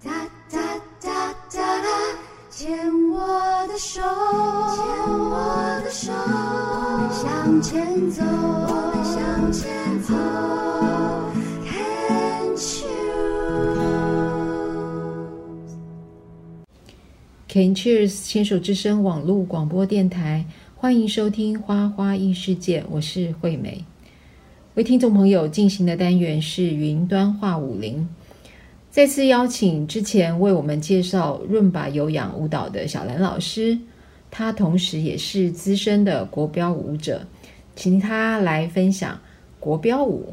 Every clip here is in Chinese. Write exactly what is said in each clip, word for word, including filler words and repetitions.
哒哒哒哒哒，牵我的手，牵我的手，我们向前走，我们向前走 Can Cheers 牵手之声网络广播电台，欢迎收听花花异世界，我是惠美。为听众朋友进行的单元是云端话舞林，再次邀请之前为我们介绍润把有氧舞蹈的小兰老师，她同时也是资深的国标舞者，请她来分享国标舞。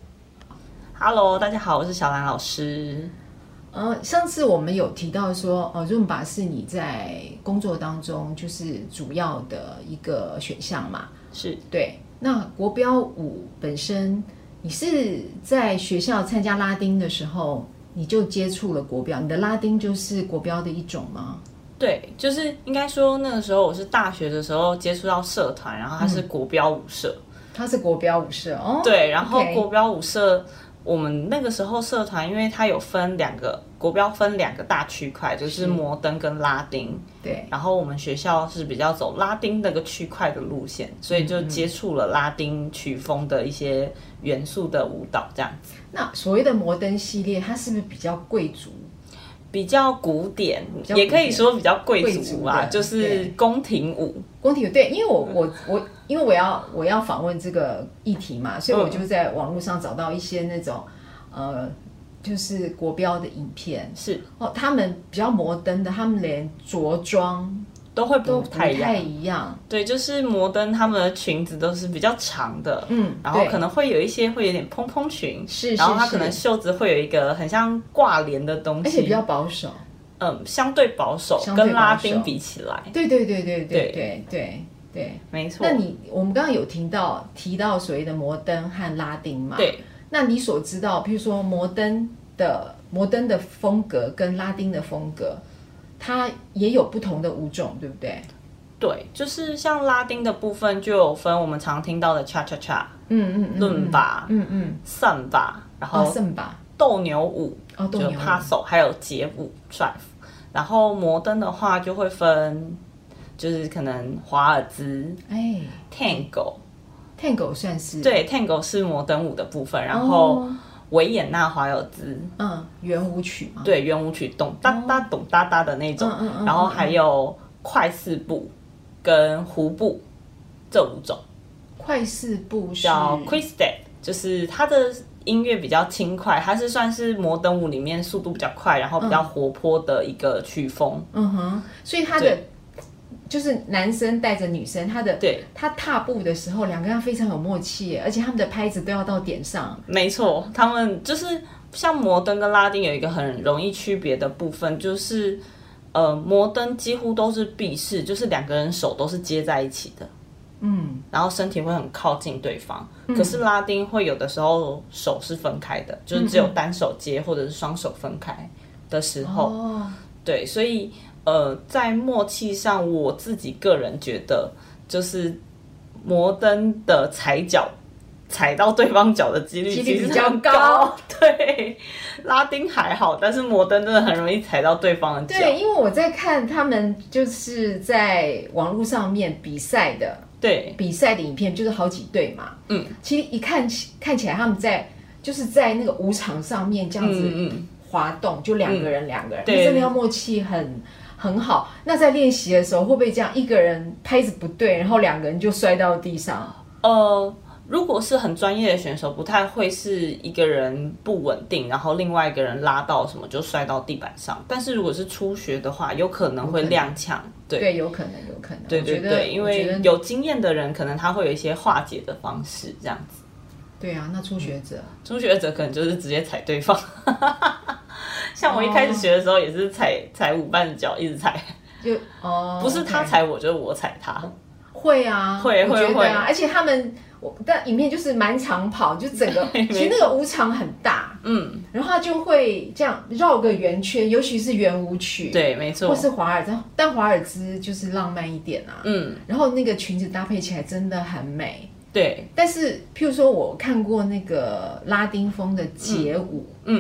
Hello， 大家好，我是小兰老师。 呃，上次我们有提到说，呃，润把是你在工作当中就是主要的一个选项嘛？ 是， 对。那国标舞本身，你是在学校参加拉丁的时候，你就接触了国标，你的拉丁就是国标的一种吗？ 对，就是应该说那个时候我是大学的时候接触到社团，然后它是国标舞社， 嗯、它是国标舞社哦。 对，然后 okay 国标舞社。我们那个时候社团，因为它有分两个国标，分两个大区块，就是摩登跟拉丁。 对。然后我们学校是比较走拉丁那个区块的路线，所以就接触了拉丁曲风的一些元素的舞蹈，这样子。 那所谓的摩登系列，它是不是比较贵族？ 比较古典，也可以说比较贵族啊，就是宫廷舞。 宫廷舞对，因为我我我，因为我要我要访问这个议题嘛，所以我就在网络上找到一些那种、嗯、呃，就是国标的影片， 是哦，他们比较摩登的，他们连着装都会不太一样。 不太一样对，就是摩登他们的裙子都是比较长的， 嗯， 然后可能会有一些会有点蓬蓬裙， 是是是， 然后它可能袖子会有一个很像挂帘的东西， 而且比较保守， 嗯，相对保守， 相对保守跟拉丁比起来， 对对对对对对对对， 没错。 那你我们刚刚有听到提到所谓的摩登和拉丁嘛？ 对， 那你所知道，譬如说摩登的摩登的风格跟拉丁的风格，它也有不同的舞种，对不对？ 对，就是像拉丁的部分就有分我们常听到的 cha cha cha， 嗯嗯嗯， 伦巴， 嗯嗯， 桑巴，然后桑巴， 斗牛舞， 哦，斗牛舞， 就 paso， 还有街舞 drive。然后摩登的话就会分，就是可能华尔兹， 哎 ，tango，tango tango 算是对 tango 是摩登舞的部分，然后维也纳华尔兹， 嗯，圆舞曲嘛， 对，圆舞曲咚哒哒咚哒哒的那种， 嗯嗯嗯， 然后还有快四步跟胡步这五种。 快四步是叫 quick step， 就是它的音乐比较轻快，它是算是摩登舞里面速度比较快，然后比较活泼的一个曲风。 嗯哼，所以它的就是男生带着女生，他的对， 他踏步的时候，两个人非常有默契耶，而且他们的拍子都要到点上。 没错，他们就是像摩登跟拉丁有一个很容易区别的部分，就是呃，摩登几乎都是闭式，就是两个人手都是接在一起的。 嗯， 然后身体会很靠近对方、嗯、可是拉丁会有的时候手是分开的，就是只有单手接或者是双手分开的时候、哦、对，所以呃，在默契上我自己个人觉得就是摩登的踩脚踩到对方脚的几率其实比较高，对，拉丁还好，但是摩登真的很容易踩到对方的脚。 对，因为我在看他们就是在网络上面比赛的， 对， 比赛的影片就是好几队嘛， 嗯， 其实一看看起来他们在就是在那个舞场上面这样子滑动，嗯嗯就两个人两个人，真的要默契很很好。那在练习的时候会不会这样，一个人拍子不对，然后两个人就摔到地上？ 呃。如果是很专业的选手，不太会是一个人不稳定，然后另外一个人拉到什么就摔到地板上。但是如果是初学的话，有可能会踉跄。对对，有可能，有可能。 对对对，因为有经验的人，可能他会有一些化解的方式，这样子。 对啊，那初学者， 嗯、初学者可能就是直接踩对方。像我一开始学的时候，也是踩、哦、踩舞伴的脚，一直踩。就哦，不是他踩我，就是我踩他。 会啊， 会会会啊，而且他们。我但影片就是满场跑，就整个其实那个舞场很大，嗯，然后他就会这样绕个圆圈，尤其是圆舞曲， 对，没错， 或是华尔兹，但华尔兹就是浪漫一点啊，嗯，然后那个裙子搭配起来真的很美， 对。 但是譬如说我看过那个拉丁风的街舞，嗯，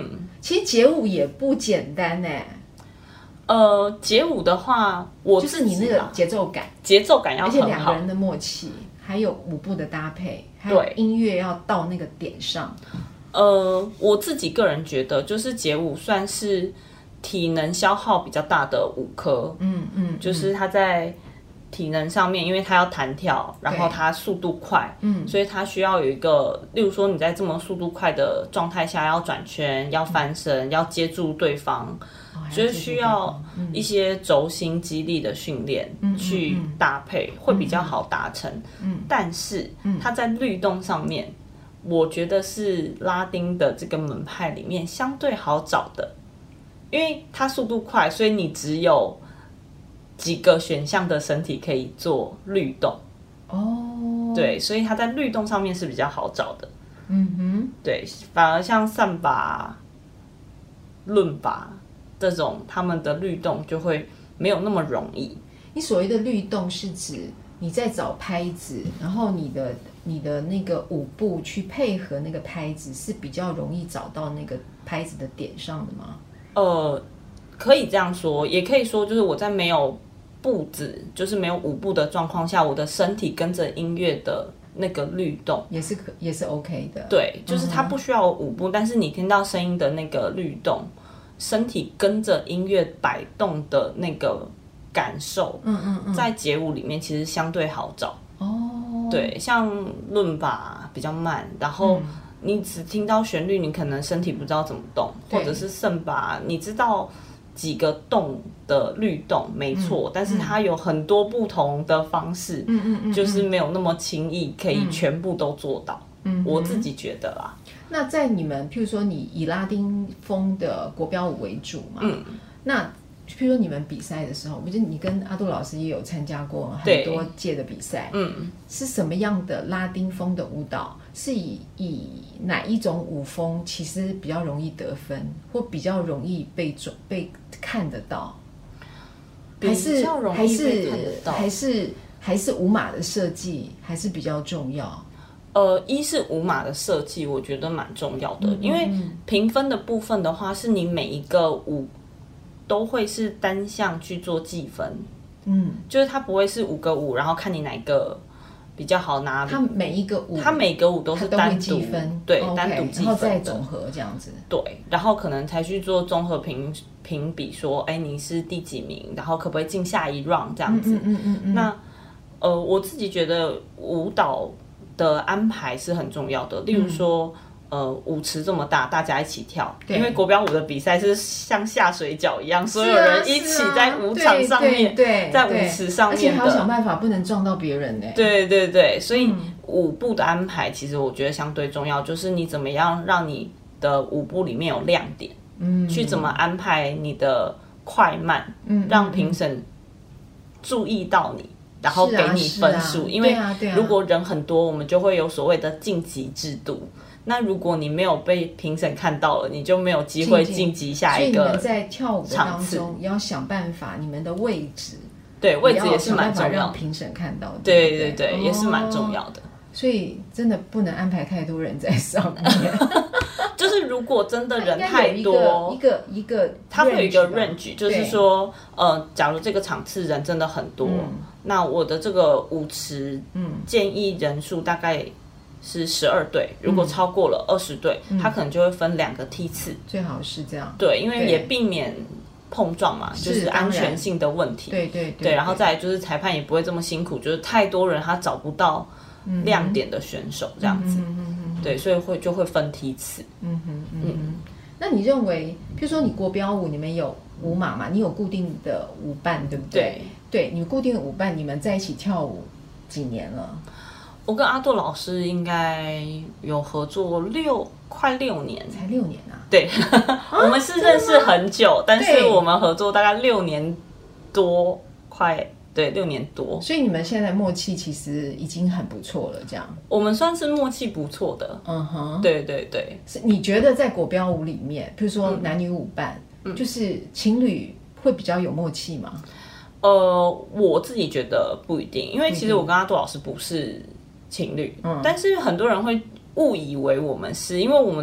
其实街舞也不简单哎。 呃，街舞的话，我就是你那个节奏感， 节奏感要很好， 而且两个人的默契，还有舞步的搭配，还有音乐要到那个点上。 呃，我自己个人觉得，就是街舞算是体能消耗比较大的舞科， 嗯嗯， 就是它在体能上面，因为它要弹跳，然后它速度快， 嗯， 所以它需要有一个，例如说你在这么速度快的状态下要转圈、要翻身、嗯、要接住对方。就是需要一些轴心肌力的训练去搭配，嗯嗯嗯、会比较好达成。嗯，但是它在律动上面，我觉得是拉丁的这个门派里面相对好找的，因为它速度快，所以你只有几个选项的身体可以做律动。 哦， 对，所以它在律动上面是比较好找的。 嗯哼， 对，反而像散把、伦巴。这种他们的律动就会没有那么容易。 你所谓的律动是指你在找拍子，然后你的你的那个舞步去配合那个拍子，是比较容易找到那个拍子的点上的吗？ 呃，可以这样说，也可以说就是我在没有步子，就是没有舞步的状况下，我的身体跟着音乐的那个律动也是可也是 OK 的。 对，就是它不需要舞步，嗯、但是你听到声音的那个律动。身体跟着音乐摆动的那个感受， 嗯嗯嗯， 在街舞里面其实相对好找哦。 对，像伦巴比较慢，然后你只听到旋律，你可能身体不知道怎么动，嗯、或者是圣巴，你知道几个动的律动没错，嗯、但是它有很多不同的方式， 嗯嗯嗯， 就是没有那么轻易可以全部都做到。嗯，我自己觉得啦。 那在你们，譬如说你以拉丁风的国标舞为主嘛，嗯，那譬如说你们比赛的时候，我觉得你跟阿杜老师也有参加过很多届的比赛，嗯，是什么样的拉丁风的舞蹈？是以以哪一种舞风其实比较容易得分，或比较容易被被看得到？还是还是还是还是舞码的设计还是比较重要？ 呃，一是舞码的设计，我觉得蛮重要的，嗯嗯嗯因为评分的部分的话，是你每一个舞都会是单项去做计分，嗯，就是它不会是五个舞，然后看你哪一个比较好拿。 它每一个舞， 它每个舞都是单独计分， 对， okay, 单独计分， 然后再总和这样子。 对，然后可能才去做综合评评比，说，哎，你是第几名，然后可不可以进下一 round 这样子。嗯嗯嗯嗯那呃，我自己觉得舞蹈的安排是很重要的，例如说，嗯、呃，舞池这么大，大家一起跳，因为国标舞的比赛是像下水饺一样，所有人一起在舞场上面， 对对对在舞池上面的， 而且还要想办法不能撞到别人呢。 对对对，所以舞步的安排其实我觉得相对重要，就是你怎么样让你的舞步里面有亮点，嗯，去怎么安排你的快慢，嗯，让评审注意到你。然后给你分数， 啊啊、 因为如果人很多，我们就会有所谓的晋级制度。那如果你没有被评审看到了，你就没有机会晋级下一个。 所以你们在跳舞的当中也要想办法，你们的位置， 对位置也是蛮重要的， 让评审看到的。 对对 对, 对、哦，也是蛮重要的。 所以真的不能安排太多人在上面。 就是如果真的人太多， 一个一个, 一个它会有一个 range， 就是说，呃，假如这个场次人真的很多，嗯、那我的这个舞池，嗯，建议人数大概是十二队，如果超过了二十队，嗯、它可能就会分两个梯次， 最好是这样。 对，因为也避免碰撞嘛，就是安全性的问题。 对对 对, 对，然后再来就是裁判也不会这么辛苦，就是太多人他找不到亮点的选手这样子。嗯嗯嗯对，所以会就会分梯次。 嗯哼嗯哼。那你认为，譬如说你国标舞，你们有舞码嘛？你有固定的舞伴，对不对？对，对你固定的舞伴，你们在一起跳舞几年了？ 我跟阿杜老师应该有合作六快六年， 才六年啊？ 对，我们是认识很久，但是我们合作大概六年多，快。对，六年多， 所以你们现在默契其实已经很不错了，这样。 我们算是默契不错的， 嗯哼， 对对对。 是你觉得在国标舞里面，比如说男女舞伴，嗯、就是情侣会比较有默契吗？ 呃，我自己觉得不一定，因为其实我跟阿杜老师不是情侣，嗯，但是很多人会误以为我们是，因为我们的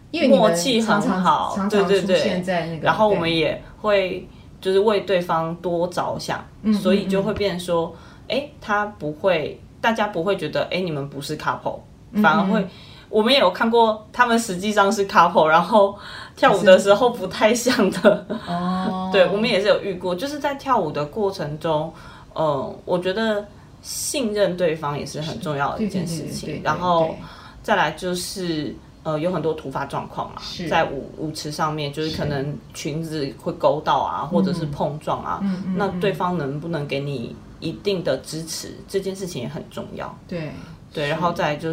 因为你们默契很好， 常常常对对对， 出现在那个， 然后我们也会就是为对方多着想， 嗯所以就会变成说，哎，他不会，大家不会觉得，哎，你们不是 couple，反而会。嗯我们也有看过，他们实际上是 couple， 然后跳舞的时候不太像的。哦，对，我们也是有遇过，就是在跳舞的过程中，呃，我觉得信任对方也是很重要的一件事情。然后再来就是呃，有很多突发状况嘛，在舞舞池上面，就是可能裙子会勾到啊，或者是碰撞啊，嗯嗯、那对方能不能给你一定的支持，这件事情也很重要。 对对，然后再来就是。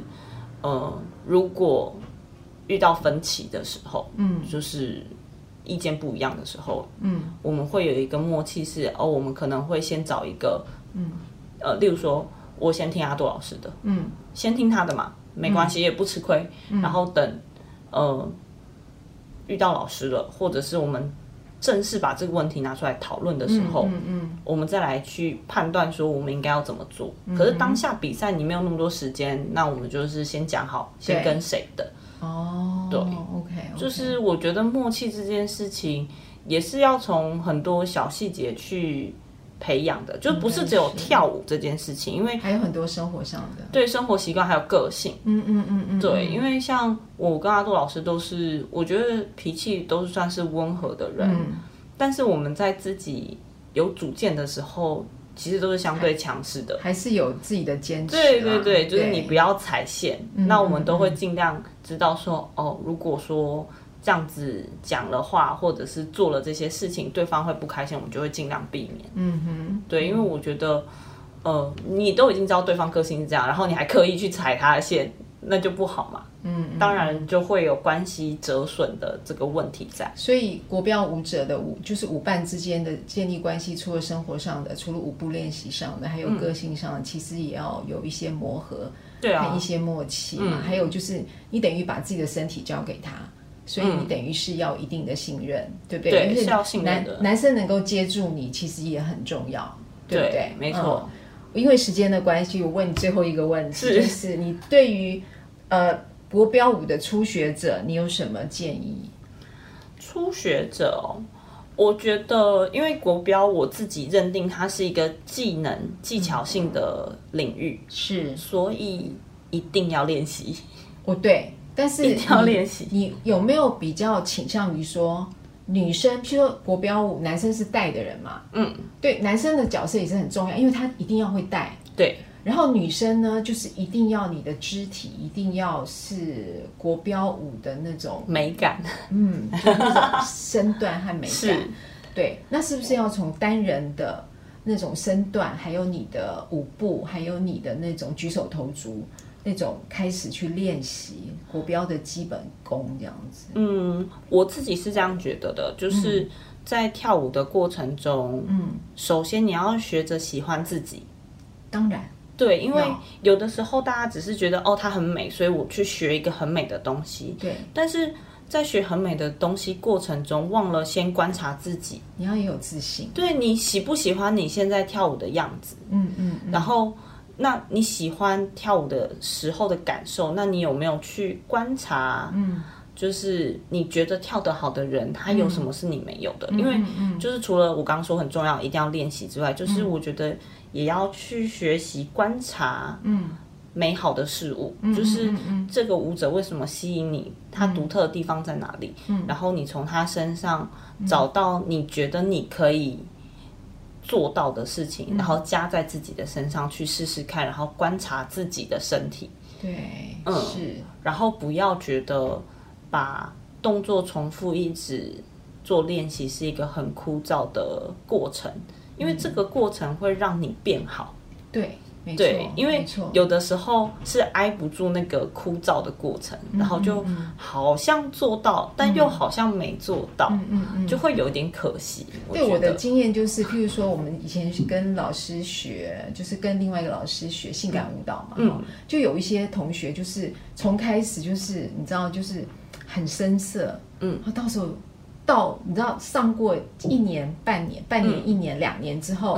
呃，如果遇到分歧的时候，嗯，就是意见不一样的时候，嗯，我们会有一个默契是，哦，我们可能会先找一个，嗯，呃，例如说，我先听阿杜老师的，嗯，先听他的嘛，没关系，嗯、也不吃亏，嗯、然后等，呃，遇到老师了，或者是我们正式把这个问题拿出来讨论的时候，嗯嗯嗯、我们再来去判断说我们应该要怎么做。嗯、可是当下比赛你没有那么多时间，那我们就是先讲好，先跟谁的。哦，对 ，OK，, okay. 就是我觉得默契这件事情也是要从很多小细节去培养的，就不是只有跳舞这件事情，因为还有很多生活上的， 对生活习惯还有个性。嗯嗯嗯嗯，对，因为像我跟阿杜老师都是，我觉得脾气都是算是温和的人，嗯、但是我们在自己有主见的时候，其实都是相对强势的， 还是有自己的坚持、啊。 对对对，就是你不要踩线，那我们都会尽量知道说，哦，如果说这样子讲了话，或者是做了这些事情，对方会不开心，我们就会尽量避免。嗯哼，对，因为我觉得，呃，你都已经知道对方个性是这样，然后你还刻意去踩他的线，那就不好嘛。嗯，当然就会有关系折损的这个问题在。 所以国标舞者的舞，就是舞伴之间的建立关系，除了生活上的，除了舞步练习上的，还有个性上的，嗯、其实也要有一些磨合， 对啊， 和一些默契嘛。嗯、还有就是你等于把自己的身体交给他。所以你等于是要一定的信任，嗯、对不对？ 对，是要信任的。 男男生能够接住你，其实也很重要，对不对？ 没错、 嗯。因为时间的关系，我问你最后一个问题，是就是你对于呃国标舞的初学者，你有什么建议？ 初学者哦，我觉得，因为国标我自己认定它是一个技能、技巧性的领域， 是， 所以一定要练习。 哦，对。但是一定要练习。 你有没有比较倾向于说，女生，譬如说国标舞，男生是带的人嘛？嗯，对，男生的角色也是很重要，因为他一定要会带。 对。 然后女生呢，就是一定要你的肢体一定要是国标舞的那种美感， 嗯，就是那种身段和美感。是。对，那是不是要从单人的那种身段，还有你的舞步，还有你的那种举手投足？那种开始去练习国标的基本功这样子。嗯， 我自己是这样觉得的，就是在跳舞的过程中，嗯，首先你要学着喜欢自己。 当然， 对，因为有的时候大家只是觉得哦，它很美，所以我去学一个很美的东西。 对， 但是在学很美的东西过程中，忘了先观察自己。 你要也有自信。 对，你喜不喜欢你现在跳舞的样子？嗯嗯，嗯然后。那你喜欢跳舞的时候的感受，那你有没有去观察？嗯，就是你觉得跳得好的人，他有什么是你没有的？嗯、因为就是除了我刚刚说很重要，一定要练习之外，就是我觉得也要去学习观察，嗯，美好的事物，嗯、就是这个舞者为什么吸引你，他独特的地方在哪里？嗯，然后你从他身上找到你觉得你可以。做到的事情，然后加在自己的身上去试试看，然后观察自己的身体。 对，嗯，是。 然后不要觉得把动作重复一直做练习是一个很枯燥的过程，因为这个过程会让你变好。 对。没错， 对，因为有的时候是挨不住那个枯燥的过程，嗯、然后就好像做到，嗯、但又好像没做到，嗯嗯嗯、就会有点可惜。 对，我的经验就是，譬如说我们以前跟老师学，就是跟另外一个老师学性感舞蹈嘛，嗯、就有一些同学就是从开始就是你知道就是很生涩，嗯，然后到时候到你知道上过一年、半年、半年、一年、两年之后。嗯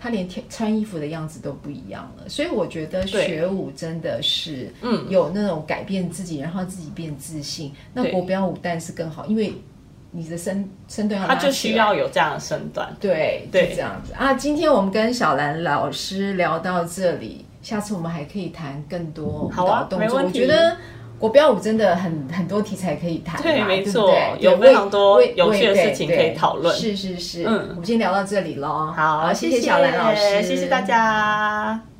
他连穿衣服的样子都不一样了。所以我觉得学舞真的是有那种改变自己，然后自己变自信。那国标舞但是更好，因为你的身身段要拉起来， 他就需要有这样的身段。 对，对，就这样子啊。今天我们跟小兰老师聊到这里，下次我们还可以谈更多舞蹈动作。 好啊， 我觉得国标舞真的很很多题材可以谈， 对，没错， 对对有非常多有趣的事情可以讨论。 是是是，嗯，我们先聊到这里咯。 好， 谢谢小兰老师， 谢谢大家。